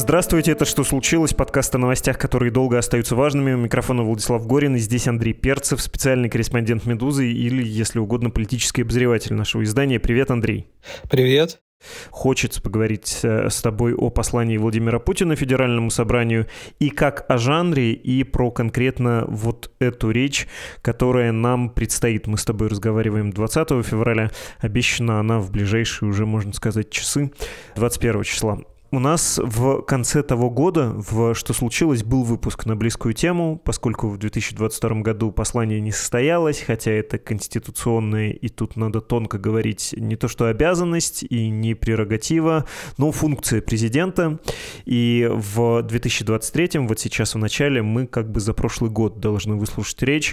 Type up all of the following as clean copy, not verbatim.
Здравствуйте, это «Что случилось?» Подкаст о новостях, которые долго остаются важными. У микрофона Владислав Горин, и здесь Андрей Перцев, специальный корреспондент «Медузы» или, если угодно, политический обозреватель нашего издания. Привет, Андрей. Привет. Хочется поговорить с тобой о послании Владимира Путина Федеральному собранию и как о жанре, и про конкретно вот эту речь, которая нам предстоит. Мы с тобой разговариваем 20 февраля, обещана она в ближайшие уже, можно сказать, часы 21 числа. У нас в конце того года в «Что случилось?» был выпуск на близкую тему, поскольку в 2022 году послание не состоялось, хотя это конституционное, и тут надо тонко говорить, не то что обязанность и не прерогатива, но функция президента. И в 2023, вот сейчас в начале, мы как бы за прошлый год должны выслушать речь.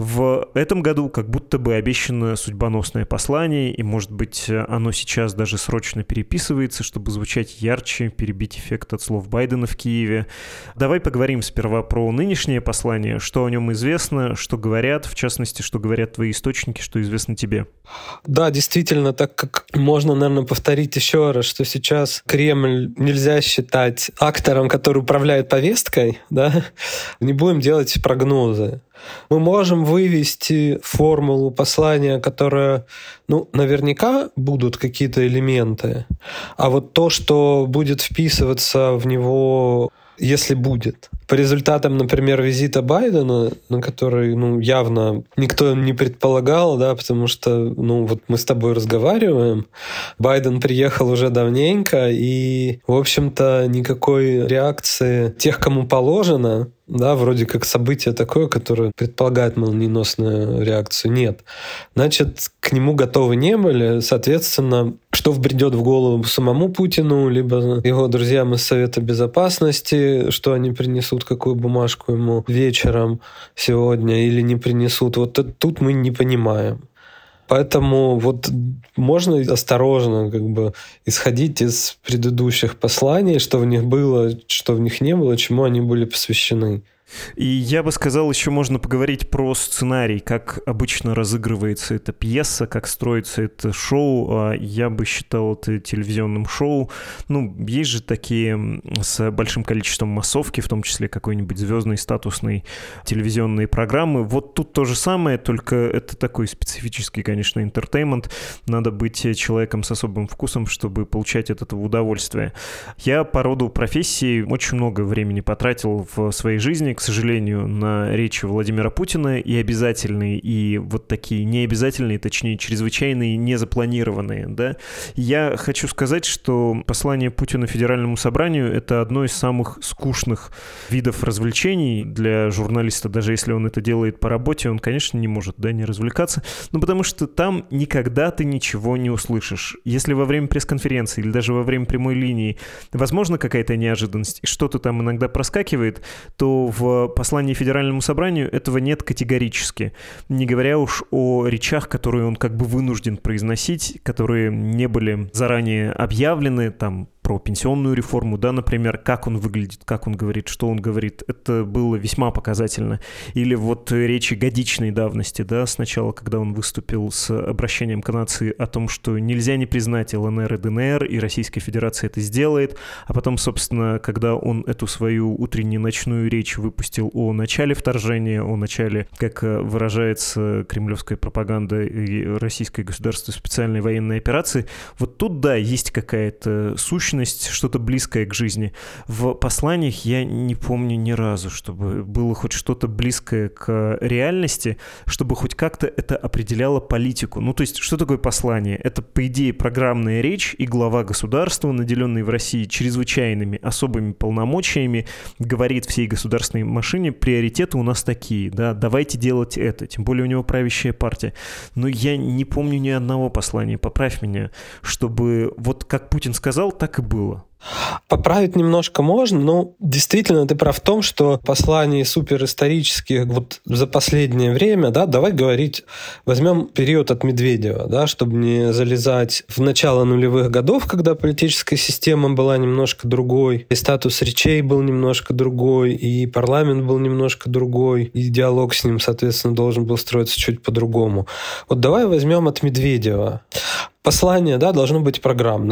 В этом году как будто бы обещано судьбоносное послание, и, может быть, оно сейчас даже срочно переписывается, чтобы звучать ярче, перебить эффект от слов Байдена в Киеве. Давай поговорим сперва про нынешнее послание, что о нем известно, что говорят, в частности, что говорят твои источники, что известно тебе. Да, действительно, так как можно, наверное, повторить еще раз, что сейчас Кремль нельзя считать актором, который управляет повесткой, да, не будем делать прогнозы. Мы можем вывести формулу послания, которая, наверняка будут какие-то элементы, а вот то, что будет вписываться в него, если будет. По результатам, например, визита Байдена, на который, явно никто не предполагал, да, потому что, вот мы с тобой разговариваем, Байден приехал уже давненько, и, в общем-то, никакой реакции тех, кому положено, да, вроде как событие такое, которое предполагает молниеносную реакцию, нет. Значит, к нему готовы не были, соответственно, что вбредет в голову самому Путину, либо его друзьям из Совета Безопасности, что они принесут, какую бумажку ему вечером сегодня или не принесут, вот тут мы не понимаем. Поэтому вот можно осторожно исходить из предыдущих посланий, что в них было, что в них не было, чему они были посвящены. И я бы сказал, еще можно поговорить про сценарий, как обычно разыгрывается эта пьеса, как строится это шоу. Я бы считал это телевизионным шоу. Есть же такие с большим количеством массовки, в том числе какой-нибудь звездной, статусной телевизионные программы. Вот тут то же самое, только это такой специфический, конечно, интертеймент. Надо быть человеком с особым вкусом, чтобы получать от этого удовольствие. Я по роду профессии очень много времени потратил в своей жизни, к сожалению, на речи Владимира Путина, и обязательные, и вот такие необязательные, точнее, чрезвычайные, незапланированные, да. Я хочу сказать, что послание Путина Федеральному собранию — это одно из самых скучных видов развлечений для журналиста, даже если он это делает по работе, он, конечно, не может, не развлекаться, потому что там никогда ты ничего не услышишь. Если во время пресс-конференции или даже во время прямой линии возможно какая-то неожиданность, и что-то там иногда проскакивает, то в послании Федеральному собранию этого нет категорически. Не говоря уж о речах, которые он вынужден произносить, которые не были заранее объявлены, про пенсионную реформу, например, как он выглядит, как он говорит, что он говорит, это было весьма показательно. Или вот речи годичной давности, сначала, когда он выступил с обращением к нации о том, что нельзя не признать ЛНР и ДНР, и Российская Федерация это сделает, а потом, собственно, когда он эту свою утреннюю ночную речь выпустил о начале вторжения, о начале, как выражается кремлевская пропаганда и российской государственной специальной военной операции, вот тут, есть какая-то сущность, что-то близкое к жизни. В посланиях я не помню ни разу, чтобы было хоть что-то близкое к реальности, чтобы хоть как-то это определяло политику. То есть, что такое послание? Это, по идее, программная речь, и глава государства, наделенный в России чрезвычайными особыми полномочиями, говорит всей государственной машине: приоритеты у нас такие, давайте делать это. Тем более у него правящая партия. Но я не помню ни одного послания, поправь меня, чтобы вот как Путин сказал, так и было. Поправить немножко можно, но действительно ты прав в том, что послания суперисторические вот за последнее время, давай говорить, возьмем период от Медведева, чтобы не залезать в начало нулевых годов, когда политическая система была немножко другой, и статус речей был немножко другой, и парламент был немножко другой, и диалог с ним, соответственно, должен был строиться чуть по-другому. Вот давай возьмем от Медведева. Послание, должно быть программным.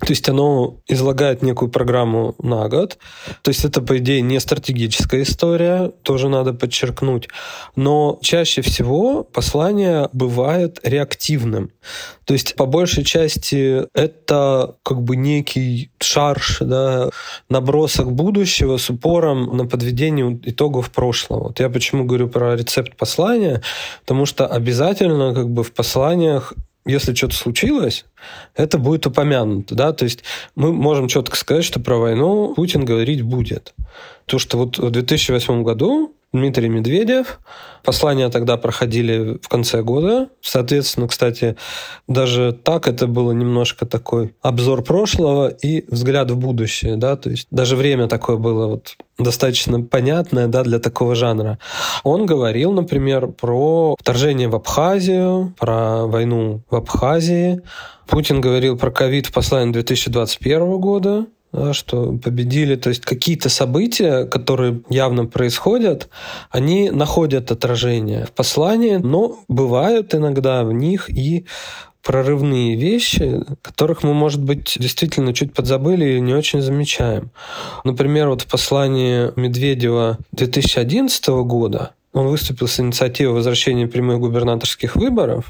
То есть оно излагает некую программу на год. То есть это, по идее, не стратегическая история, тоже надо подчеркнуть. Но чаще всего послание бывает реактивным. То есть по большей части это как бы некий шарж, да, набросок будущего с упором на подведение итогов прошлого. Вот я почему говорю про рецепт послания, потому что обязательно как бы в посланиях, если что-то случилось, это будет упомянуто. Да? То есть мы можем четко сказать, что про войну Путин говорить будет. То, что вот в 2008 году Дмитрий Медведев, послания тогда проходили в конце года. Соответственно, кстати, даже так это было немножко такой обзор прошлого и взгляд в будущее. Да? То есть даже время такое было вот достаточно понятное, да, для такого жанра. Он говорил, например, про вторжение в Абхазию, про войну в Абхазии. Путин говорил про ковид в послании 2021 года, да, что победили. То есть какие-то события, которые явно происходят, они находят отражение в послании, но бывают иногда в них и прорывные вещи, которых мы, может быть, действительно чуть подзабыли или не очень замечаем. Например, вот в послании Медведева 2011 года он выступил с инициативой возвращения прямых губернаторских выборов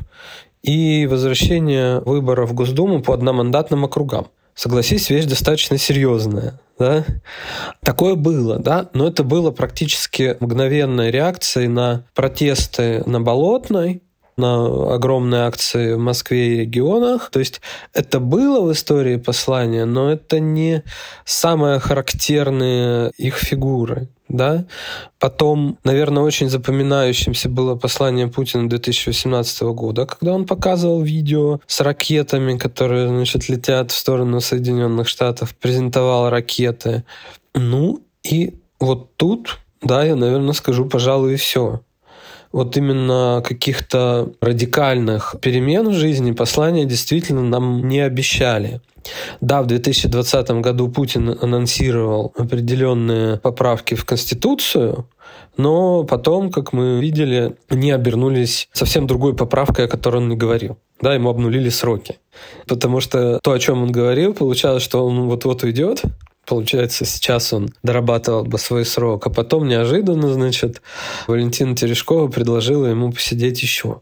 и возвращения выборов в Госдуму по одномандатным округам. Согласись, вещь достаточно серьезная. Да? Такое было, да? Но это было практически мгновенной реакцией на протесты на Болотной, на огромные акции в Москве и регионах. То есть это было в истории послания, но это не самые характерные их фигуры. Да? Потом, наверное, очень запоминающимся было послание Путина 2018 года, когда он показывал видео с ракетами, которые, значит, летят в сторону Соединенных Штатов, презентовал ракеты. Ну и вот тут, да, я, наверное, скажу, пожалуй, и все. Вот именно каких-то радикальных перемен в жизни послания действительно нам не обещали. Да, в 2020 году Путин анонсировал определенные поправки в Конституцию, но потом, как мы видели, они обернулись совсем другой поправкой, о которой он не говорил. Да, ему обнулили сроки. Потому что то, о чем он говорил, получалось, что он вот-вот уйдет. Получается, сейчас он дорабатывал бы свой срок, а потом неожиданно, значит, Валентина Терешкова предложила ему посидеть еще.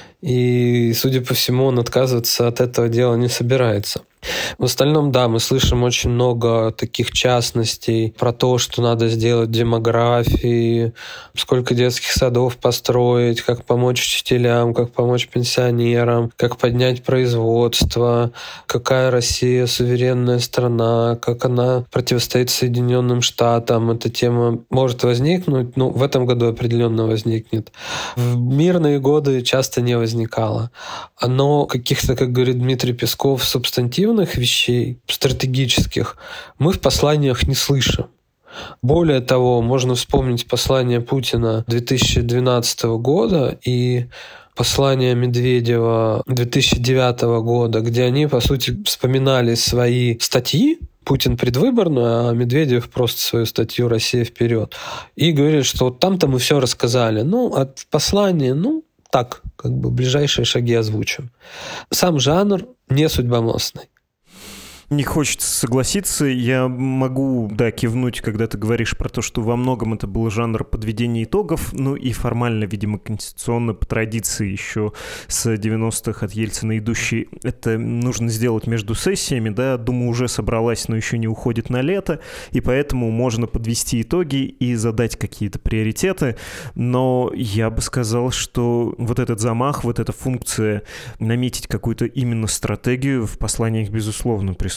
И, судя по всему, он отказываться от этого дела не собирается. В остальном, да, мы слышим очень много таких частностей про то, что надо сделать в демографии, сколько детских садов построить, как помочь учителям, как помочь пенсионерам, как поднять производство, какая Россия суверенная страна, как она противостоит Соединенным Штатам. Эта тема может возникнуть, в этом году определенно возникнет. В мирные годы часто не возникало. Но каких-то, как говорит Дмитрий Песков, субстантивных вещей, стратегических, мы в посланиях не слышим. Более того, можно вспомнить послание Путина 2012 года и послание Медведева 2009 года, где они, по сути, вспоминали свои статьи, Путин предвыборную, а Медведев просто свою статью «Россия вперед». И говорили, что вот там-то мы все рассказали. От послания, так, как бы ближайшие шаги озвучим. Сам жанр не судьбоносный. Не хочется согласиться. Я могу, кивнуть, когда ты говоришь про то, что во многом это был жанр подведения итогов, и формально, видимо, конституционно по традиции еще с 90-х от Ельцина идущий. Это нужно сделать между сессиями, да. Дума уже собралась, но еще не уходит на лето, и поэтому можно подвести итоги и задать какие-то приоритеты. Но я бы сказал, что вот этот замах, вот эта функция наметить какую-то именно стратегию в посланиях, безусловно, присутствует.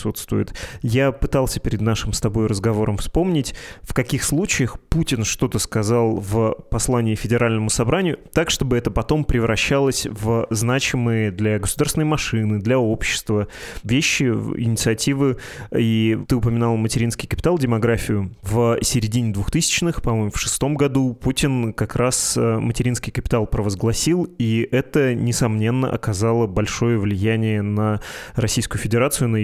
Я пытался перед нашим с тобой разговором вспомнить, в каких случаях Путин что-то сказал в послании Федеральному собранию, так, чтобы это потом превращалось в значимые для государственной машины, для общества вещи, инициативы. И ты упоминал материнский капитал, демографию. В середине 2000-х, по-моему, в 2006 году Путин как раз материнский капитал провозгласил, и это, несомненно, оказало большое влияние на Российскую Федерацию, на ее граждан,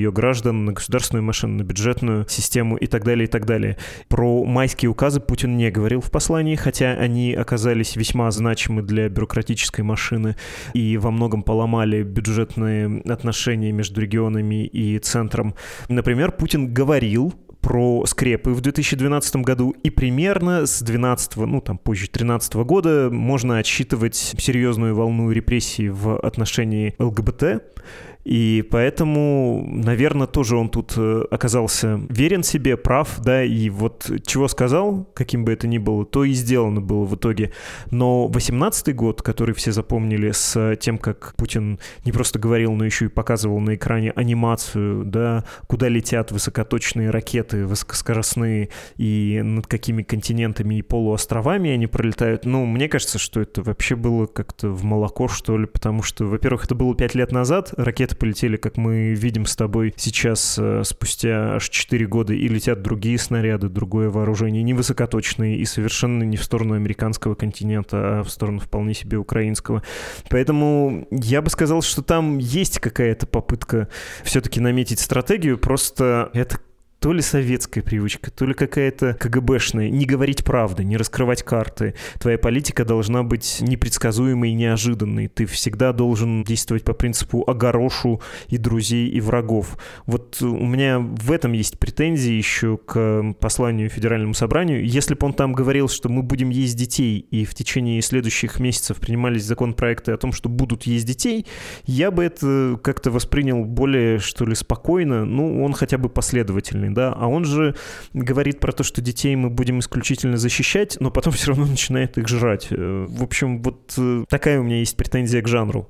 граждан, на государственную машину, на бюджетную систему и так далее, и так далее. Про майские указы Путин не говорил в послании, хотя они оказались весьма значимы для бюрократической машины и во многом поломали бюджетные отношения между регионами и центром. Например, Путин говорил про скрепы в 2012 году, и примерно с 12, позже 13 года можно отсчитывать серьезную волну репрессий в отношении ЛГБТ. И поэтому, наверное, тоже он тут оказался верен себе, прав, да, и вот чего сказал, каким бы это ни было, то и сделано было в итоге. Но 18-й год, который все запомнили с тем, как Путин не просто говорил, но еще и показывал на экране анимацию, да, куда летят высокоточные ракеты, высокоскоростные, и над какими континентами и полуостровами они пролетают. Мне кажется, что это вообще было как-то в молоко, что ли, потому что, во-первых, это было 5 лет назад, ракеты полетели, как мы видим с тобой сейчас, спустя аж 4 года, и летят другие снаряды, другое вооружение, не высокоточные и совершенно не в сторону американского континента, а в сторону вполне себе украинского. Поэтому я бы сказал, что там есть какая-то попытка все-таки наметить стратегию, просто это то ли советская привычка, то ли какая-то КГБшная. Не говорить правды, не раскрывать карты. Твоя политика должна быть непредсказуемой и неожиданной. Ты всегда должен действовать по принципу огорошу и друзей, и врагов. Вот у меня в этом есть претензии еще к посланию Федеральному собранию. Если бы он там говорил, что мы будем есть детей, и в течение следующих месяцев принимались законопроекты о том, что будут есть детей, я бы это как-то воспринял более, что ли, спокойно. Он хотя бы последовательный. Да, а он же говорит про то, что детей мы будем исключительно защищать, но потом все равно начинает их жрать. В общем, вот такая у меня есть претензия к жанру.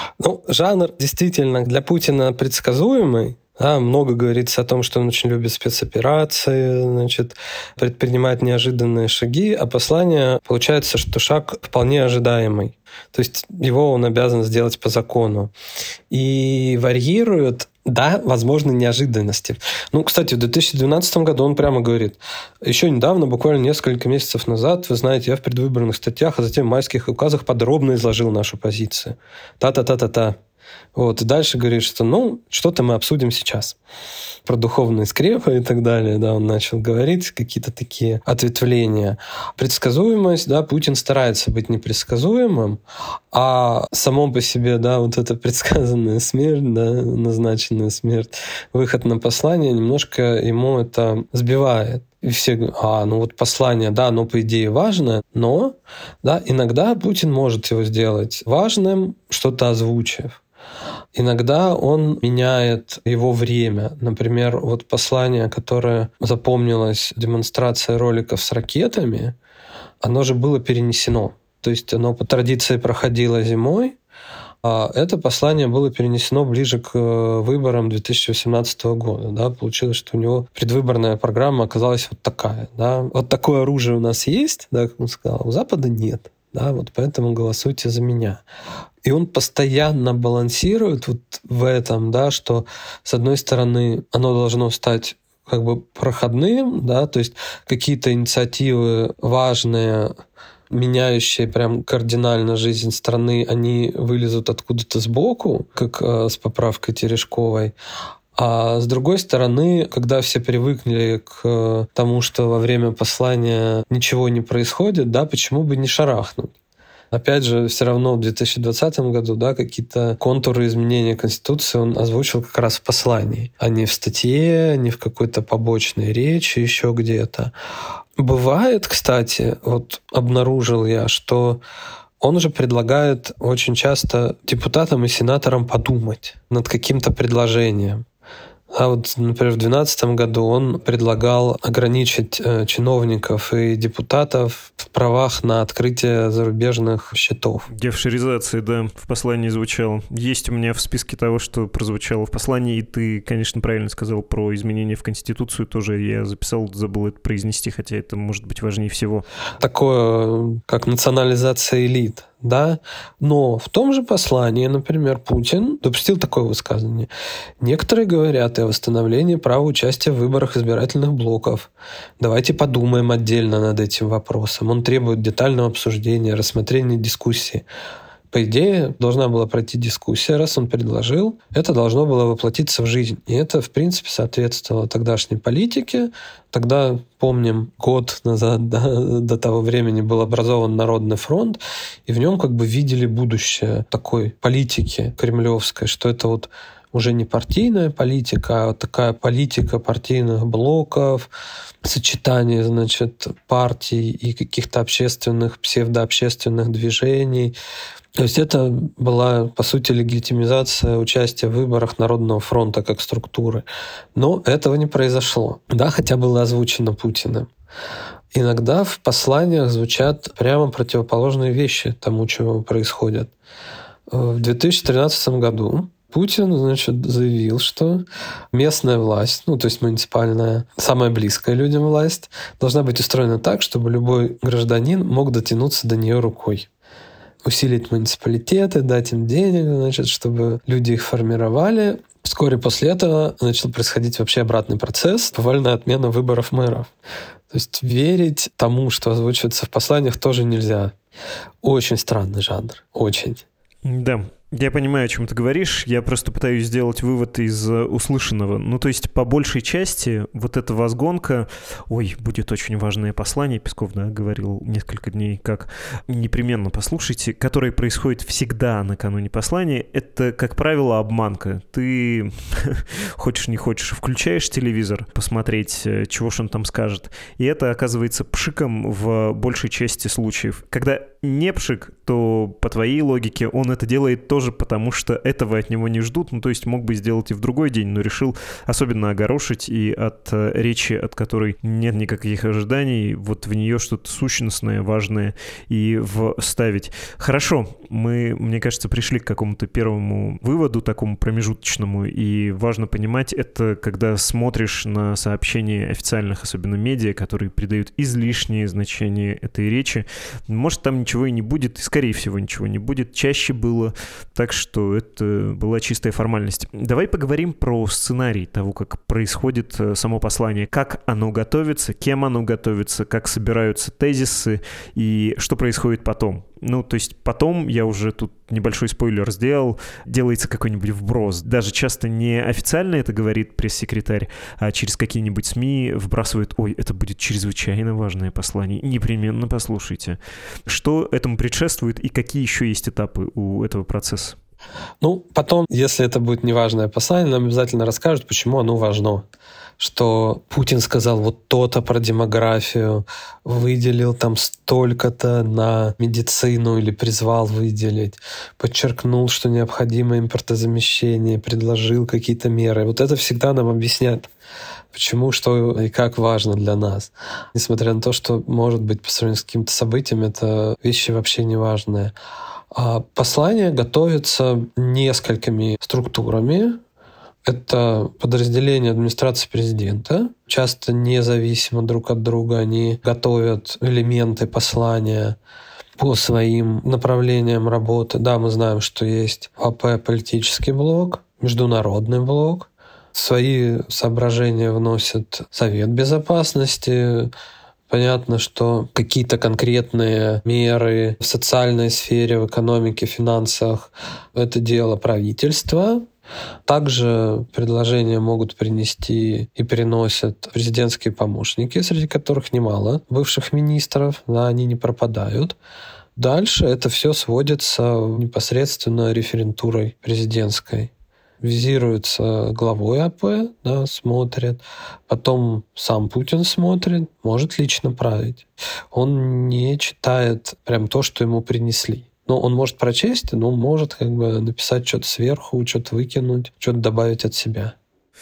Жанр действительно для Путина предсказуемый. Да, много говорится о том, что он очень любит спецоперации, предпринимает неожиданные шаги, а послание, получается, что шаг вполне ожидаемый. То есть его он обязан сделать по закону. И варьирует, да, возможно, неожиданности. Кстати, в 2012 году он прямо говорит, еще недавно, буквально несколько месяцев назад, вы знаете, я в предвыборных статьях, а затем в майских указах подробно изложил нашу позицию. Та-та-та-та-та. И дальше говорит, что что-то мы обсудим сейчас. Про духовные скрепы и так далее, да, он начал говорить, какие-то такие ответвления. Предсказуемость, да, Путин старается быть непредсказуемым, а само по себе, да, вот эта предсказанная смерть, да, назначенная смерть, выход на послание, немножко ему это сбивает. И все говорят, послание, да, оно по идее важное, но, да, иногда Путин может его сделать важным, что-то озвучив. Иногда он меняет его время. Например, послание, которое запомнилось, демонстрация роликов с ракетами, оно же было перенесено. То есть оно по традиции проходило зимой, а это послание было перенесено ближе к выборам 2018 года. Да? Получилось, что у него предвыборная программа оказалась вот такая. Да? Вот такое оружие у нас есть, да, как он сказал, у Запада нет. Да? Поэтому голосуйте за меня. И он постоянно балансирует в этом, да, что, с одной стороны, оно должно стать проходным, да, то есть какие-то инициативы важные, меняющие прям кардинально жизнь страны, они вылезут откуда-то сбоку, как с поправкой Терешковой. А с другой стороны, когда все привыкли к тому, что во время послания ничего не происходит, да, почему бы не шарахнуть? Опять же, все равно в 2020 году, да, какие-то контуры изменения Конституции он озвучил как раз в послании, а не в статье, не в какой-то побочной речи, еще где-то. Бывает, кстати, обнаружил я, что он же предлагает очень часто депутатам и сенаторам подумать над каким-то предложением. А например, в 2012 году он предлагал ограничить чиновников и депутатов в правах на открытие зарубежных счетов. Девшеризация, да, в послании звучало. Есть у меня в списке того, что прозвучало в послании, и ты, конечно, правильно сказал про изменения в Конституцию тоже. Я записал, забыл это произнести, хотя это может быть важнее всего. Такое, как национализация элит. Да? Но в том же послании, например, Путин допустил такое высказывание. Некоторые говорят о восстановлении права участия в выборах избирательных блоков. Давайте подумаем отдельно над этим вопросом. Он требует детального обсуждения, рассмотрения дискуссии. По идее, должна была пройти дискуссия, раз он предложил, это должно было воплотиться в жизнь. И это, в принципе, соответствовало тогдашней политике. Тогда, помним, год назад, до того времени был образован Народный фронт, и в нем как бы видели будущее такой политики кремлевской, что это вот уже не партийная политика, а вот такая политика партийных блоков, сочетание, значит, партий и каких-то общественных, псевдообщественных движений. То есть это была, по сути, легитимизация участия в выборах Народного фронта как структуры. Но этого не произошло. Да, хотя было озвучено Путиным. Иногда в посланиях звучат прямо противоположные вещи тому, чего происходит. В 2013 году Путин, значит, заявил, что местная власть, то есть муниципальная, самая близкая людям власть, должна быть устроена так, чтобы любой гражданин мог дотянуться до нее рукой. Усилить муниципалитеты, дать им денег, значит, чтобы люди их формировали. Вскоре после этого начал происходить вообще обратный процесс, повальная отмена выборов мэров. То есть верить тому, что озвучивается в посланиях, тоже нельзя. Очень странный жанр, очень. Да. Я понимаю, о чем ты говоришь. Я просто пытаюсь сделать вывод из услышанного. То есть, по большей части, вот эта возгонка... будет очень важное послание. Песков, говорил несколько дней, как непременно послушайте, которое происходит всегда накануне послания. Это, как правило, обманка. Ты хочешь не хочешь, включаешь телевизор, посмотреть, чего ж он там скажет. И это оказывается пшиком в большей части случаев. Когда не пшик, то по твоей логике он это делает тоже потому, что этого от него не ждут. То есть мог бы сделать и в другой день, но решил особенно огорошить и от речи, от которой нет никаких ожиданий, вот в нее что-то сущностное, важное и вставить. Хорошо, мы, мне кажется, пришли к какому-то первому выводу, такому промежуточному, и важно понимать это, когда смотришь на сообщения официальных, особенно медиа, которые придают излишнее значение этой речи. Может, там ничего и не будет, и, скорее всего, ничего не будет. Чаще было, так что это была чистая формальность. Давай поговорим про сценарий того, как происходит само послание, как оно готовится, кем оно готовится, как собираются тезисы и что происходит потом. То есть потом, я уже тут небольшой спойлер сделал, делается какой-нибудь вброс. Даже часто не официально это говорит пресс-секретарь, а через какие-нибудь СМИ вбрасывают: это будет чрезвычайно важное послание, непременно послушайте. Что этому предшествует и какие еще есть этапы у этого процесса? Потом, если это будет неважное послание, нам обязательно расскажут, почему оно важно. Что Путин сказал вот то-то про демографию, выделил там столько-то на медицину или призвал выделить, подчеркнул, что необходимо импортозамещение, предложил какие-то меры. Вот это всегда нам объяснят, почему, что и как важно для нас. Несмотря на то, что, может быть, по сравнению с каким-то событием, это вещи вообще не важные. А послание готовится несколькими структурами. Это подразделения администрации президента. Часто независимо друг от друга они готовят элементы послания по своим направлениям работы. Да, мы знаем, что есть АП политический блок, международный блок. Свои соображения вносит Совет Безопасности. Понятно, что какие-то конкретные меры в социальной сфере, в экономике, финансах — это дело правительства. Также предложения могут принести и приносят президентские помощники, среди которых немало бывших министров, да, они не пропадают. Дальше это все сводится непосредственно референтурой президентской. Визируется главой АП, да, смотрит, потом сам Путин смотрит, может лично править. Он не читает прям то, что ему принесли. Он может прочесть, но может написать что-то сверху, что-то выкинуть, что-то добавить от себя.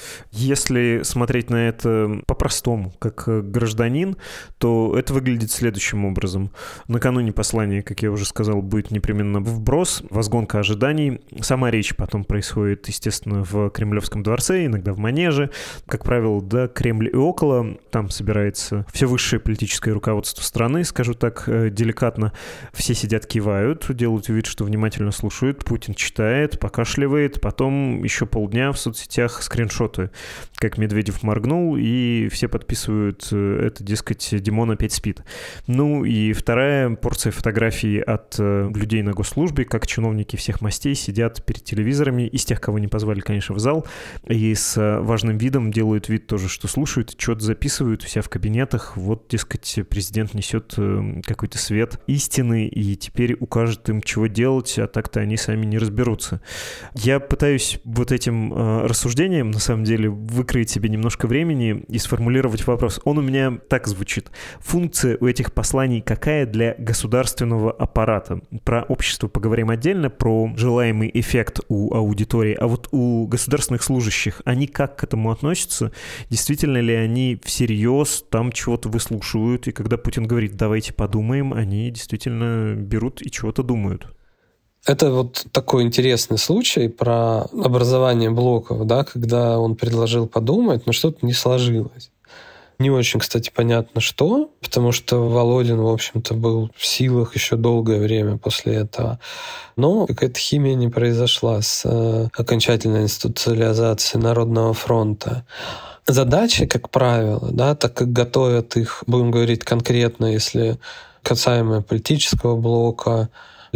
Если смотреть на это по-простому, как гражданин, то это выглядит следующим образом. Накануне послания, как я уже сказал, будет непременно вброс, возгонка ожиданий. Сама речь потом происходит, естественно, в Кремлевском дворце, иногда в Манеже. Как правило, да, Кремль и около. Там собирается все высшее политическое руководство страны, скажу так деликатно. Все сидят, кивают, делают вид, что внимательно слушают. Путин читает, покашливает. Потом еще полдня в соцсетях скриншот обороты, как Медведев моргнул, и все подписывают это, дескать, Димон опять спит. Ну и вторая порция фотографий от людей на госслужбе, как чиновники всех мастей сидят перед телевизорами, из тех, кого не позвали, конечно, в зал, и с важным видом делают вид тоже, что слушают, что-то записывают у себя в кабинетах. Вот, дескать, президент несет какой-то свет истины и теперь укажет им, чего делать, а так-то они сами не разберутся. Я пытаюсь вот этим рассуждением, на самом деле, выкроить себе немножко времени и сформулировать вопрос. Он у меня так звучит. Функция у этих посланий какая для государственного аппарата? Про общество поговорим отдельно, про желаемый эффект у аудитории, а вот у государственных служащих, они как к этому относятся? Действительно ли они всерьез там чего-то выслушивают, и когда Путин говорит «давайте подумаем», они действительно берут и чего-то думают? Это вот такой интересный случай про образование блоков, да, когда он предложил подумать, но что-то не сложилось. Не очень, кстати, понятно, что, потому что Володин, в общем-то, был в силах еще долгое время после этого. Но какая-то химия не произошла с окончательной институциализацией Народного фронта. Задачи, как правило, да, так как готовят их, будем говорить конкретно, если касаемо политического блока,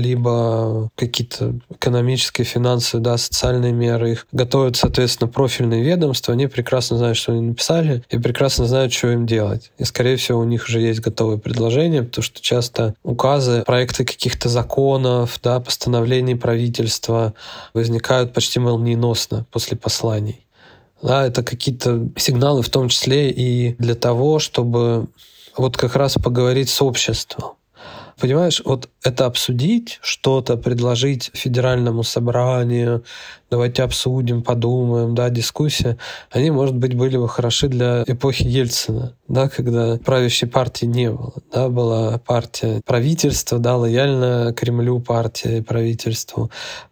либо какие-то экономические, финансовые, да, социальные меры. Их готовят, соответственно, профильные ведомства. Они прекрасно знают, что они написали, и прекрасно знают, что им делать. И, скорее всего, у них уже есть готовые предложения, потому что часто указы, проекты каких-то законов, да, постановлений правительства возникают почти молниеносно после посланий. Да, это какие-то сигналы, в том числе и для того, чтобы вот как раз поговорить с обществом. Понимаешь, вот это обсудить, что-то предложить федеральному собранию, давайте обсудим, подумаем, да, дискуссия, они, может быть, были бы хороши для эпохи Ельцина, да, когда правящей партии не было, да, была партия правительства, да, лояльная Кремлю партия и правительству,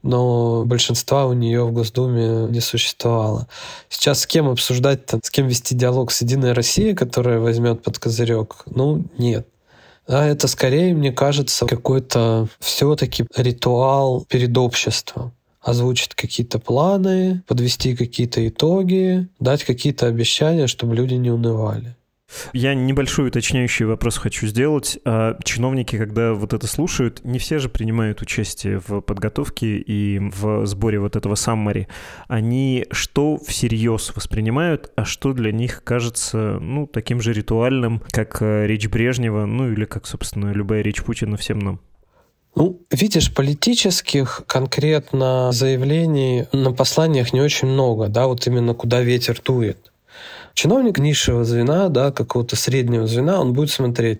но большинства у нее в Госдуме не существовало. Сейчас с кем обсуждать-то, с кем вести диалог? С Единой Россией, которая возьмет под козырек? Ну, нет. Да, это скорее, мне кажется, какой-то все-таки ритуал перед обществом. Озвучить какие-то планы, подвести какие-то итоги, дать какие-то обещания, чтобы люди не унывали. Я небольшой уточняющий вопрос хочу сделать. Чиновники, когда вот это слушают, не все же принимают участие в подготовке и в сборе вот этого саммари. Они что всерьез воспринимают, а что для них кажется, ну, таким же ритуальным, как речь Брежнева, ну, или как, собственно, любая речь Путина всем нам? Ну, видишь, политических конкретно заявлений на посланиях не очень много, да, вот именно куда ветер дует. Чиновник низшего звена, да, какого-то среднего звена, он будет смотреть,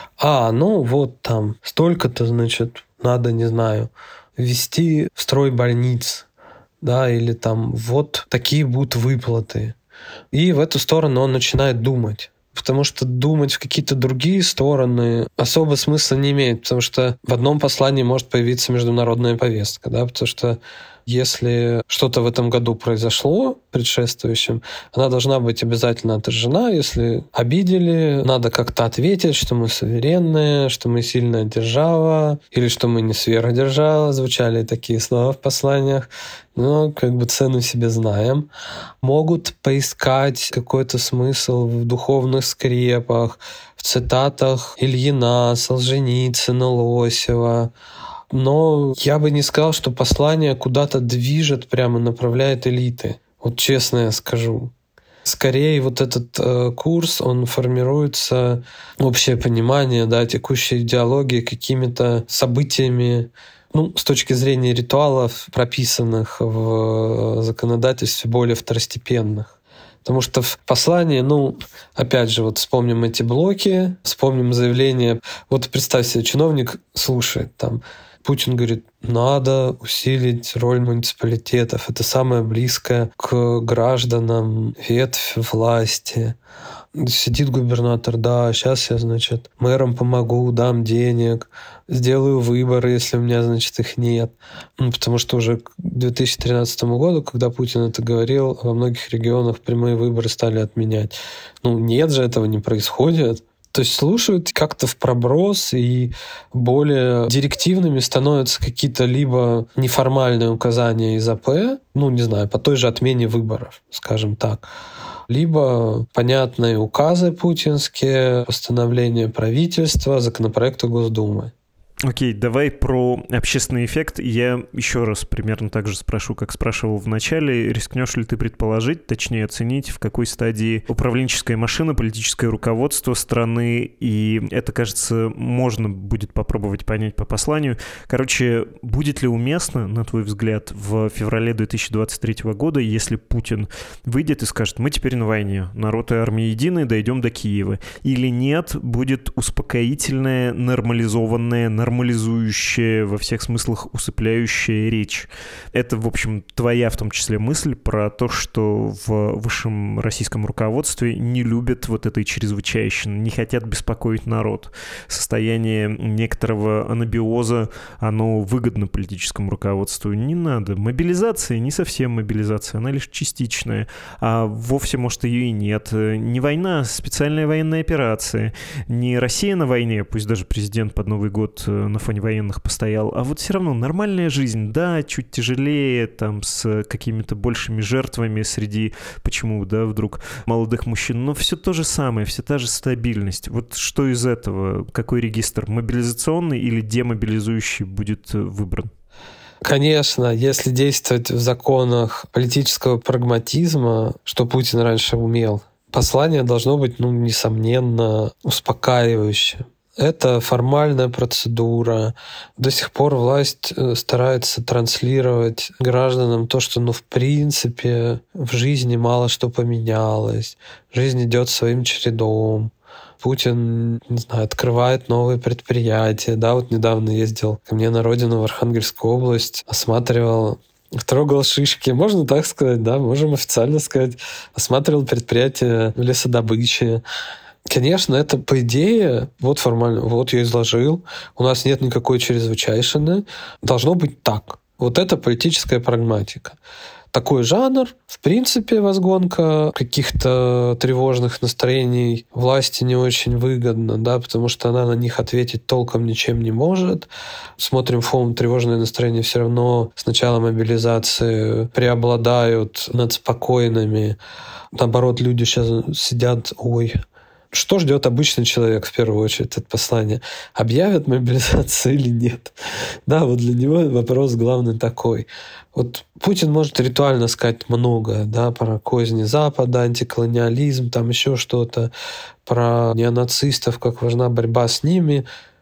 ну вот там столько-то, значит, надо, не знаю, ввести в строй больниц, да, или там вот такие будут выплаты. И в эту сторону он начинает думать. Потому что думать в какие-то другие стороны особо смысла не имеет, потому что в одном послании может появиться международная повестка, да, потому что если что-то в этом году произошло предшествующем, она должна быть обязательно отражена. Если обидели, надо как-то ответить, что мы суверенные, что мы сильная держава, или что мы не сверхдержава. Звучали такие слова в посланиях. Но как бы цену себе знаем. Могут поискать какой-то смысл в духовных скрепах, в цитатах Ильина, Солженицына, Лосева. Но я бы не сказал, что послание куда-то движет, прямо направляет элиты. Вот честно я скажу. Скорее вот этот курс, он формируется, общее понимание, да, текущей идеологии какими-то событиями, ну, с точки зрения ритуалов, прописанных в законодательстве, более второстепенных. Потому что в послании, ну, опять же, вот вспомним эти блоки, вспомним заявление. Вот представь себе, чиновник слушает там, Путин говорит, надо усилить роль муниципалитетов. Это самое близкое к гражданам ветвь власти. Сидит губернатор, да, сейчас я, значит, мэрам помогу, дам денег, сделаю выборы, если у меня, значит, их нет. Потому что уже к 2013 году, когда Путин это говорил, во многих регионах прямые выборы стали отменять. Ну, нет же, этого не происходит. То есть слушают как-то в проброс, и более директивными становятся какие-то либо неформальные указания из АП, не знаю, по той же отмене выборов, скажем так, либо понятные указы путинские, постановления правительства, законопроекты Госдумы. Окей, давай про общественный эффект. Я еще раз примерно так же спрошу, как спрашивал в начале. Рискнешь ли ты предположить, точнее оценить, в какой стадии управленческая машина, политическое руководство страны, и это, кажется, можно будет попробовать понять по посланию. Короче, будет ли уместно, на твой взгляд, в феврале 2023 года, если Путин выйдет и скажет: мы теперь на войне, народ и армия едины, дойдем до Киева, или нет, будет успокоительная, нормализованная, нормализующая, во всех смыслах усыпляющая речь. Это, в общем, твоя в том числе мысль про то, что в высшем российском руководстве не любят вот этой чрезвычайщины, не хотят беспокоить народ. Состояние некоторого анабиоза, оно выгодно политическому руководству. Не надо. Мобилизация не совсем мобилизация, она лишь частичная. А вовсе, может, ее и нет. Не война, специальная военная операция. Не Россия на войне, пусть даже президент под Новый год на фоне военных постоял, а вот все равно нормальная жизнь, да, чуть тяжелее, там, с какими-то большими жертвами среди, почему, да, вдруг молодых мужчин, но все то же самое, вся та же стабильность. Вот что из этого, какой регистр, мобилизационный или демобилизующий будет выбран? Конечно, если действовать в законах политического прагматизма, что Путин раньше умел, послание должно быть, несомненно, успокаивающее. Это формальная процедура. До сих пор власть старается транслировать гражданам то, что, в принципе, в жизни мало что поменялось. Жизнь идет своим чередом. Путин, не знаю, открывает новые предприятия. Да, вот недавно ездил ко мне на родину в Архангельскую область, осматривал, трогал шишки, можно так сказать, да, можем официально сказать, осматривал предприятия лесодобычи. Конечно, это по идее, вот формально, вот я изложил, у нас нет никакой чрезвычайщины, должно быть так. Вот это политическая прагматика. Такой жанр, в принципе, возгонка каких-то тревожных настроений власти не очень выгодна, да, потому что она на них ответить толком ничем не может. Смотрим фон, тревожные настроения все равно с начала мобилизации преобладают над спокойными. Наоборот, люди сейчас сидят, что ждет обычный человек в первую очередь от послания? Объявят мобилизацию или нет? Да, вот для него вопрос главный такой. Вот Путин может ритуально сказать многое, да, про козни Запада, антиколониализм, там еще что-то, про неонацистов, как важна борьба с ними.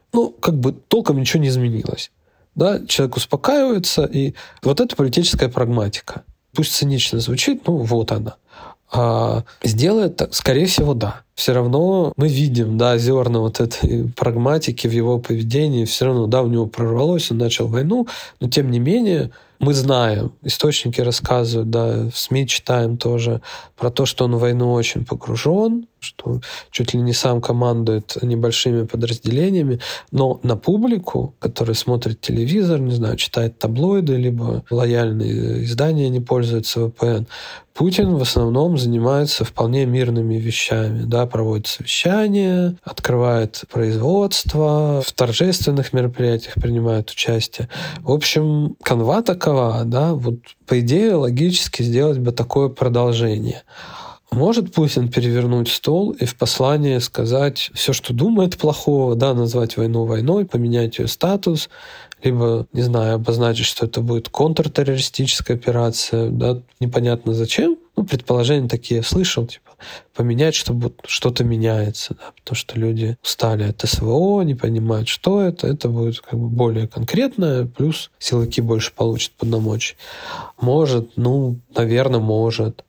Толком ничего не изменилось. Да, человек успокаивается, и вот это политическая прагматика. Пусть цинично звучит, вот она. А сделает, скорее всего, да. Все равно мы видим, да, зерна вот этой прагматики в его поведении. Все равно, да, у него прорвалось, он начал войну, но тем не менее мы знаем, источники рассказывают, да, в СМИ читаем тоже про то, что он в войну очень погружен, что чуть ли не сам командует небольшими подразделениями, но на публику, которая смотрит телевизор, не знаю, читает таблоиды, либо лояльные издания не пользуются VPN, Путин в основном занимается вполне мирными вещами, да, проводит совещания, открывает производство, в торжественных мероприятиях принимает участие. В общем, канва такова, да, вот по идее логически сделать бы такое продолжение. Может Путин перевернуть стол и в послании сказать все, что думает плохого, да, назвать войну войной, поменять ее статус, либо, не знаю, обозначить, что это будет контртеррористическая операция, да, непонятно зачем. Предположения такие слышал, поменять, чтобы что-то меняется, да, потому что люди устали от СВО, не понимают, что это будет более конкретное, плюс силовики больше получат полномочий. Может, наверное, может.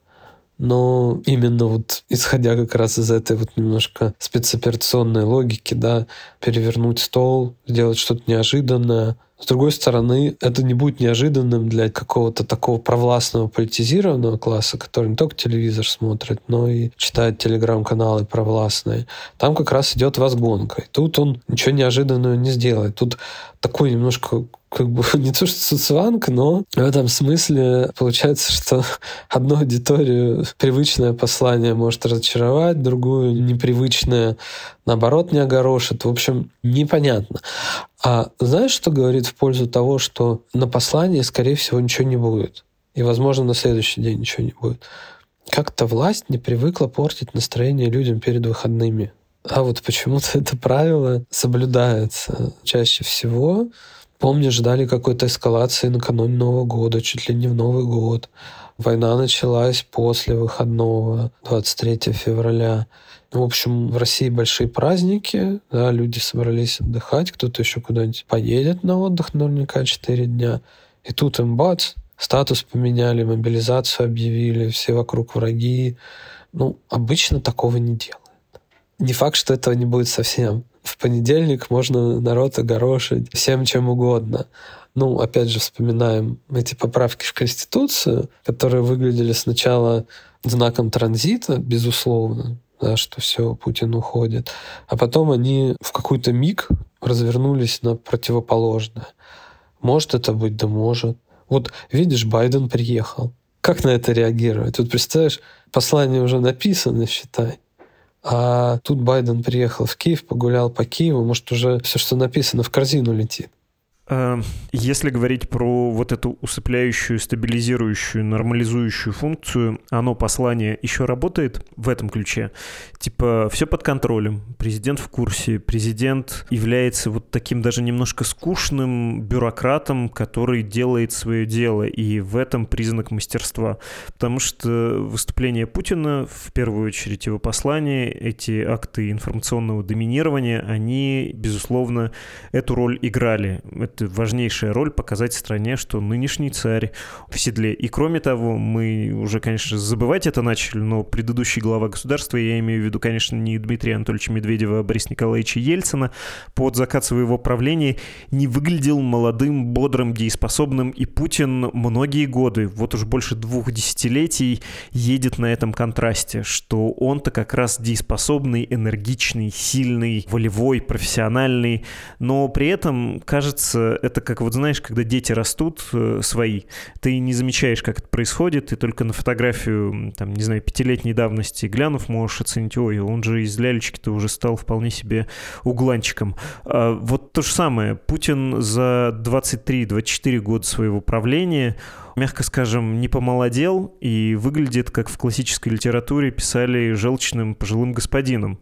Но именно исходя как раз из этой немножко спецоперационной логики, да, перевернуть стол, сделать что-то неожиданное, С другой стороны, это не будет неожиданным для какого-то такого провластного политизированного класса, который не только телевизор смотрит, но и читает телеграм-каналы провластные. Там как раз идет возгонка. И тут он ничего неожиданного не сделает. Тут такой немножко не то что социанка, но в этом смысле получается, что одну аудиторию привычное послание может разочаровать, другую непривычное, наоборот, не огорошит. В общем, непонятно. А знаешь, что говорит в пользу того, что на послании, скорее всего, ничего не будет? И, возможно, на следующий день ничего не будет. Как-то власть не привыкла портить настроение людям перед выходными. А вот почему-то это правило соблюдается чаще всего. Помню, ждали какой-то эскалации накануне Нового года, чуть ли не в Новый год. Война началась после выходного, 23 февраля. В общем, в России большие праздники, да, люди собрались отдыхать, кто-то еще куда-нибудь поедет на отдых наверняка 4 дня. И тут им бац, статус поменяли, мобилизацию объявили, все вокруг враги. Обычно такого не делают. Не факт, что этого не будет совсем. В понедельник можно народ огорошить всем чем угодно. Опять же, вспоминаем эти поправки в Конституцию, которые выглядели сначала знаком транзита, безусловно, да, что все, Путин уходит, а потом они в какой-то миг развернулись на противоположное. Может это быть, да может. Вот видишь, Байден приехал. Как на это реагировать? Вот представляешь, послание уже написано, считай. А тут Байден приехал в Киев, погулял по Киеву, может, уже все, что написано, в корзину летит. Если говорить про вот эту усыпляющую, стабилизирующую, нормализующую функцию, послание еще работает в этом ключе? Типа все под контролем, президент в курсе, президент является вот таким даже немножко скучным бюрократом, который делает свое дело, и в этом признак мастерства. Потому что выступление Путина, в первую очередь его послание, эти акты информационного доминирования, они, безусловно, эту роль играли. Это важнейшая роль — показать стране, что нынешний царь в седле. И кроме того, мы уже, конечно, забывать это начали, но предыдущий глава государства, я имею в виду, конечно, не Дмитрия Анатольевича Медведева, а Бориса Николаевича Ельцина, под закат своего правления не выглядел молодым, бодрым, дееспособным, и Путин многие годы, вот уж больше 2 десятилетий, едет на этом контрасте, что он-то как раз дееспособный, энергичный, сильный, волевой, профессиональный, но при этом, кажется, это как, вот знаешь, когда дети растут свои, ты не замечаешь, как это происходит, ты только на фотографию, 5-летней давности глянув, можешь оценить, ой, он же из лялечки-то уже стал вполне себе угланчиком. Вот то же самое. Путин за 23-24 года своего правления, мягко скажем, не помолодел и выглядит, как в классической литературе писали, желчным пожилым господином.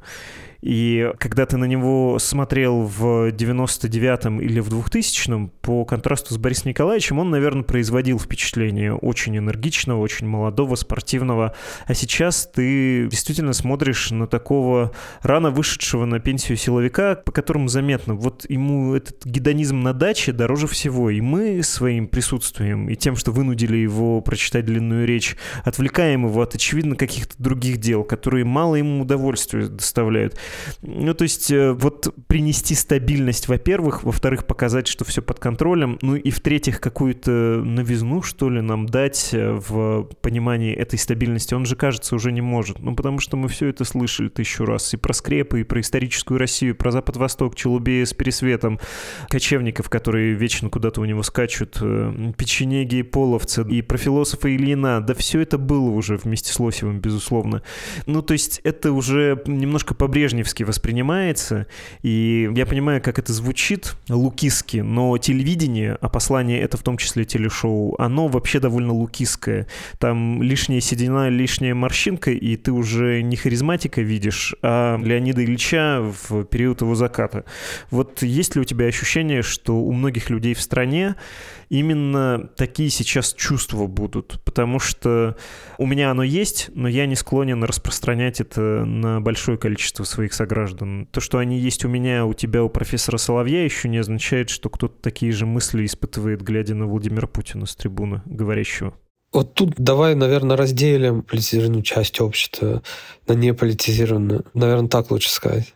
И когда ты на него смотрел в 99-м или в 2000-м, по контрасту с Борисом Николаевичем, он, наверное, производил впечатление очень энергичного, очень молодого, спортивного. А сейчас ты действительно смотришь на такого рано вышедшего на пенсию силовика, по которому заметно, вот ему этот гедонизм на даче дороже всего. И мы своим присутствием и тем, что вынудили его прочитать длинную речь, отвлекаем его от, очевидно, каких-то других дел, которые мало ему удовольствия доставляют. То есть вот принести стабильность, во-первых, во-вторых, показать, что все под контролем, и в-третьих, какую-то новизну, что ли, нам дать в понимании этой стабильности, он же, кажется, уже не может. Потому что мы все это слышали 1000 раз. И про скрепы, и про историческую Россию, про Запад-Восток, Челубея с Пересветом, кочевников, которые вечно куда-то у него скачут, печенеги и половцы, и про философа Ильина. Да все это было уже вместе с Лосевым, безусловно. То есть это уже немножко по-брежневски воспринимается, и я понимаю, как это звучит лукистски, но телевидение, а послание это в том числе телешоу, оно вообще довольно лукистское. Там лишняя седина, лишняя морщинка, и ты уже не харизматика видишь, а Леонида Ильича в период его заката. Вот есть ли у тебя ощущение, что у многих людей в стране именно такие сейчас чувства будут? Потому что у меня оно есть, но я не склонен распространять это на большое количество своих сограждан. То, что они есть у меня, у тебя, у профессора Соловья, еще не означает, что кто-то такие же мысли испытывает, глядя на Владимира Путина с трибуны говорящего. Вот тут давай, наверное, разделим политизированную часть общества на неполитизированную. Наверное, так лучше сказать.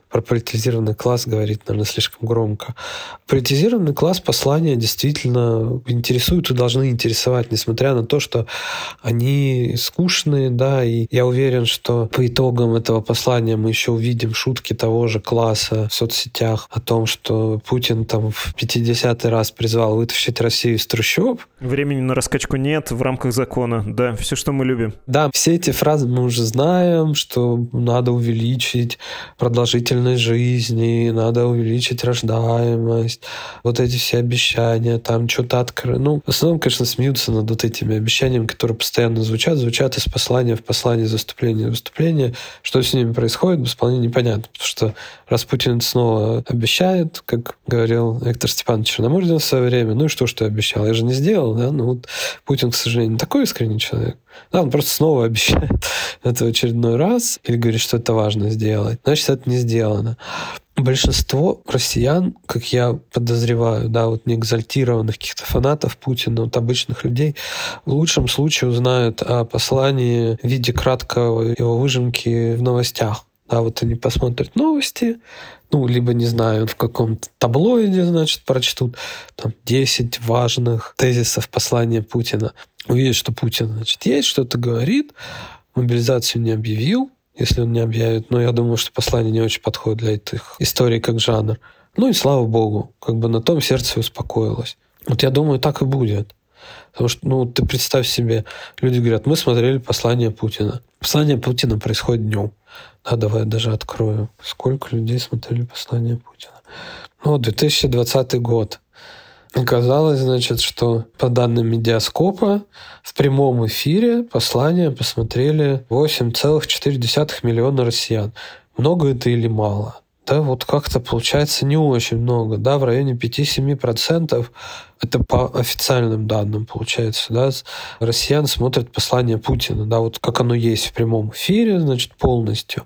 про политизированный класс говорит, наверное, слишком громко. Политизированный класс послания действительно интересуют и должны интересовать, несмотря на то, что они скучные, да, и я уверен, что по итогам этого послания мы еще увидим шутки того же класса в соцсетях о том, что Путин там в 50-й раз призвал вытащить Россию из трущоб. Времени на раскачку нет в рамках закона. Да, все, что мы любим. Да, все эти фразы мы уже знаем, что надо увеличить продолжительность жизни, надо увеличить рождаемость, вот эти все обещания, там что-то открыть. Ну, в основном, конечно, смеются над вот этими обещаниями, которые постоянно звучат из послания в послание, из выступления в выступление. Что с ними происходит, без вполне непонятно, потому что раз Путин снова обещает, как говорил Виктор Степанович Черномырдин в свое время, ну и что ты обещал? Я же не сделал, да? Ну вот Путин, к сожалению, не такой искренний человек. Да, он просто снова обещает это в очередной раз или говорит, что это важно сделать. Значит, это не сделано. Большинство россиян, как я подозреваю, да, вот не экзальтированных каких-то фанатов Путина, вот обычных людей, в лучшем случае узнают о послании в виде краткого его выжимки в новостях. Да, вот они посмотрят новости, ну, либо, не знаю, в каком-то таблоиде, значит, прочтут там 10 важных тезисов послания Путина. Увидят, что Путин, значит, есть, что-то говорит, мобилизацию не объявил, если он не объявит. Но я думаю, что послание не очень подходит для этих историй как жанр. Ну и слава богу, как бы на том сердце успокоилось. Вот я думаю, так и будет. Потому что, ну, ты представь себе, люди говорят, мы смотрели послание Путина. Послание Путина происходит днем. Да, давай я даже открою. Сколько людей смотрели послание Путина? Ну, 2020 год. Оказалось, значит, что по данным Медиаскопа в прямом эфире послание посмотрели 8,4 миллиона россиян. Много это или мало? Да, вот как-то получается не очень много. Да, в районе 5-7%. Это по официальным данным получается. Да, россиян смотрят послание Путина. Да, вот как оно есть в прямом эфире, значит, полностью.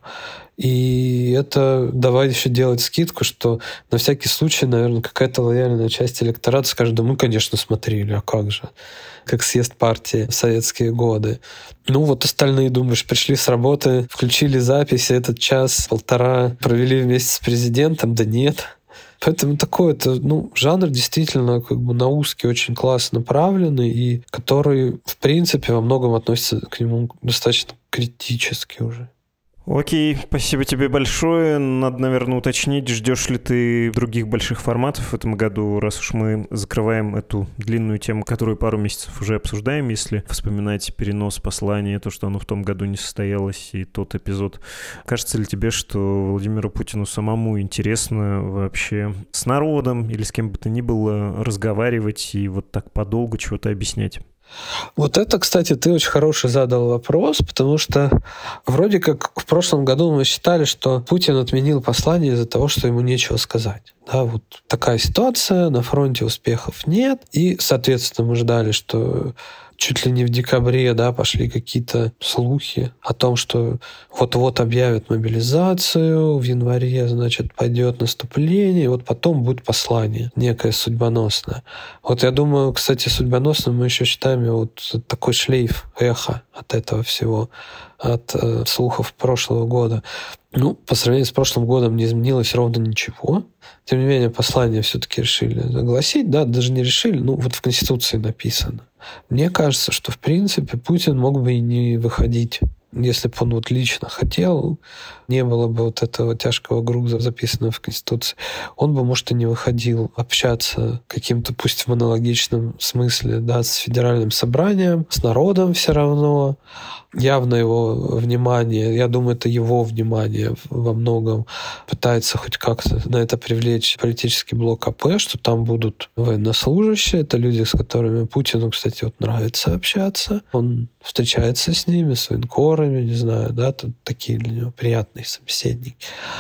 И это давай еще делать скидку, что на всякий случай, наверное, какая-то лояльная часть электората скажет, да мы, конечно, смотрели, а как же? Как съезд партии в советские годы. Ну вот остальные, думаешь, пришли с работы, включили запись, и этот час-полтора провели вместе с президентом? Да нет. Поэтому такой это, ну, жанр действительно как бы на узкий очень класс направленный, и который, в принципе, во многом относится к нему достаточно критически уже. Окей, спасибо тебе большое. Надо, наверное, уточнить, ждешь ли ты других больших форматов в этом году, раз уж мы закрываем эту длинную тему, которую пару месяцев уже обсуждаем, если вспоминать перенос послания, то, что оно в том году не состоялось, и тот эпизод. Кажется ли тебе, что Владимиру Путину самому интересно вообще с народом или с кем бы то ни было разговаривать и вот так подолгу чего-то объяснять? Вот это, кстати, ты очень хороший задал вопрос, потому что вроде как в прошлом году мы считали, что Путин отменил послание из-за того, что ему нечего сказать. Да, вот такая ситуация, на фронте успехов нет, и, соответственно, мы ждали, что чуть ли не в декабре, да, пошли какие-то слухи о том, что вот-вот объявят мобилизацию, в январе, значит, пойдет наступление, и вот потом будет послание некое судьбоносное. Вот я думаю, кстати, судьбоносным мы еще считаем вот такой шлейф, эхо от этого всего, от слухов прошлого года. Ну, по сравнению с прошлым годом не изменилось ровно ничего. Тем не менее, послание все-таки решили огласить, да, даже не решили, ну, вот в Конституции написано. Мне кажется, что, в принципе, Путин мог бы и не выходить. Если бы он вот лично хотел, не было бы вот этого тяжкого груза, записанного в Конституции, он бы, может, и не выходил общаться каким-то, пусть в монологичном смысле, да, с федеральным собранием, с народом все равно. Явно его внимание, я думаю, это его внимание во многом пытается хоть как-то на это привлечь политический блок АП, что там будут военнослужащие, это люди, с которыми Путину, кстати, вот нравится общаться. Он встречается с ними, с военкорами, не знаю, да, тут такие для него приятные собеседники.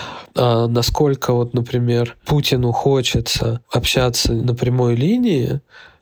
А насколько вот, например, Путину хочется общаться на прямой линии,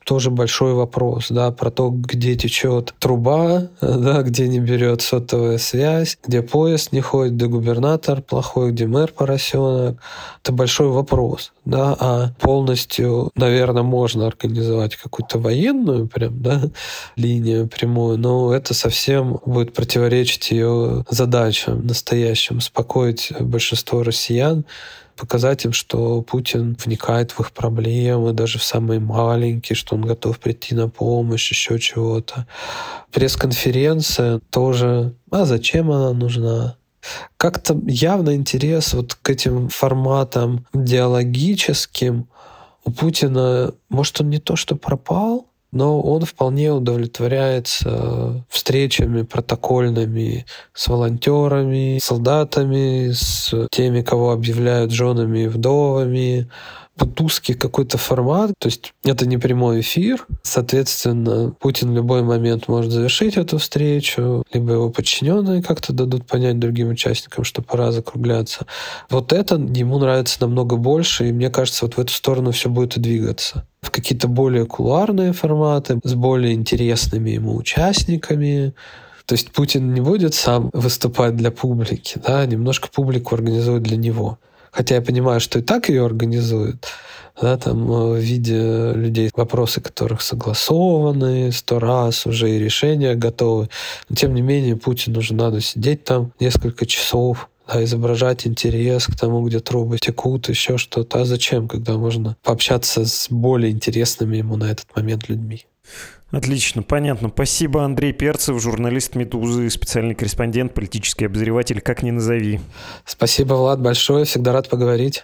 тоже большой вопрос, да, про то, где течет труба, да, где не берет сотовая связь, где поезд не ходит, где губернатор плохой, где мэр поросенок. Это большой вопрос, да, а полностью, наверное, можно организовать какую-то военную прям, да, линию прямую, но это совсем будет противоречить ее задачам настоящим, успокоить большинство россиян, показать им, что Путин вникает в их проблемы, даже в самые маленькие, что он готов прийти на помощь, еще чего-то. Пресс-конференция тоже. А зачем она нужна? Как-то явно интерес вот к этим форматам диалогическим у Путина, может, он не то что пропал, но он вполне удовлетворяется встречами протокольными с волонтерами, солдатами, с теми, кого объявляют женами и вдовами. Вот узкий какой-то формат, то есть это не прямой эфир, соответственно, Путин в любой момент может завершить эту встречу, либо его подчиненные как-то дадут понять другим участникам, что пора закругляться. Вот это ему нравится намного больше, и мне кажется, вот в эту сторону все будет и двигаться. В какие-то более кулуарные форматы, с более интересными ему участниками. То есть Путин не будет сам выступать для публики, да, немножко публику организует для него. Хотя я понимаю, что и так ее организуют, да, там в виде людей, вопросы которых согласованы 100 раз, уже и решения готовы. Но тем не менее Путину же надо сидеть там несколько часов, да, изображать интерес к тому, где трубы текут, еще что-то. А зачем, когда можно пообщаться с более интересными ему на этот момент людьми? Отлично, понятно. Спасибо, Андрей Перцев, журналист «Медузы», специальный корреспондент, политический обозреватель, как ни назови. Спасибо, Влад, большое, всегда рад поговорить.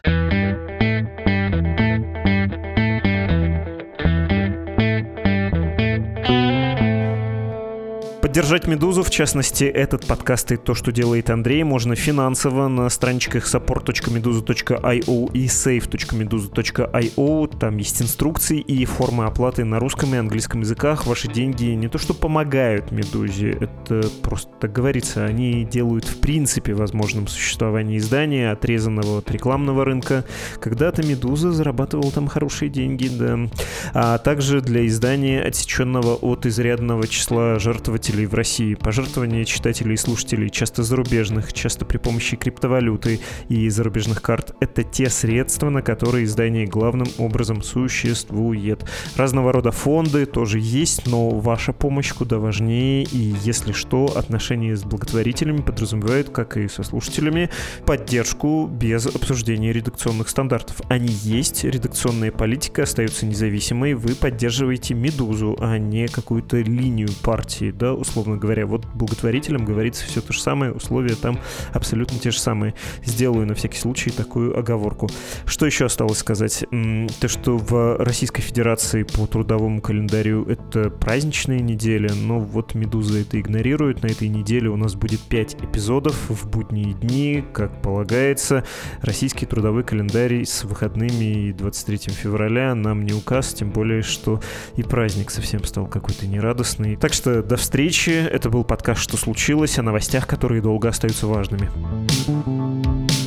Поддержать «Медузу», в частности, этот подкаст и то, что делает Андрей, можно финансово на страничках support.meduza.io и save.meduza.io. Там есть инструкции и формы оплаты на русском и английском языках. Ваши деньги не то что помогают «Медузе», это просто, так говорится, они делают в принципе возможным существование издания, отрезанного от рекламного рынка. Когда-то «Медуза» зарабатывала там хорошие деньги, да. А также для издания, отсеченного от изрядного числа жертвователей в России. Пожертвования читателей и слушателей, часто зарубежных, часто при помощи криптовалюты и зарубежных карт, это те средства, на которые издание главным образом существует. Разного рода фонды тоже есть, но ваша помощь куда важнее, и если что, отношения с благотворителями подразумевают, как и со слушателями, поддержку без обсуждения редакционных стандартов. Они есть, редакционная политика остается независимой, вы поддерживаете «Медузу», а не какую-то линию партии, да, условно говоря. Вот благотворителям говорится все то же самое, условия там абсолютно те же самые. Сделаю на всякий случай такую оговорку. Что еще осталось сказать? То, что в Российской Федерации по трудовому календарю это праздничная неделя, но вот «Медуза» это игнорирует. На этой неделе у нас будет 5 эпизодов в будние дни, как полагается. Российский трудовой календарь с выходными и 23 февраля нам не указ, тем более, что и праздник совсем стал какой-то нерадостный. Так что до встречи. Это был подкаст «Что случилось?» о новостях, которые долго остаются важными.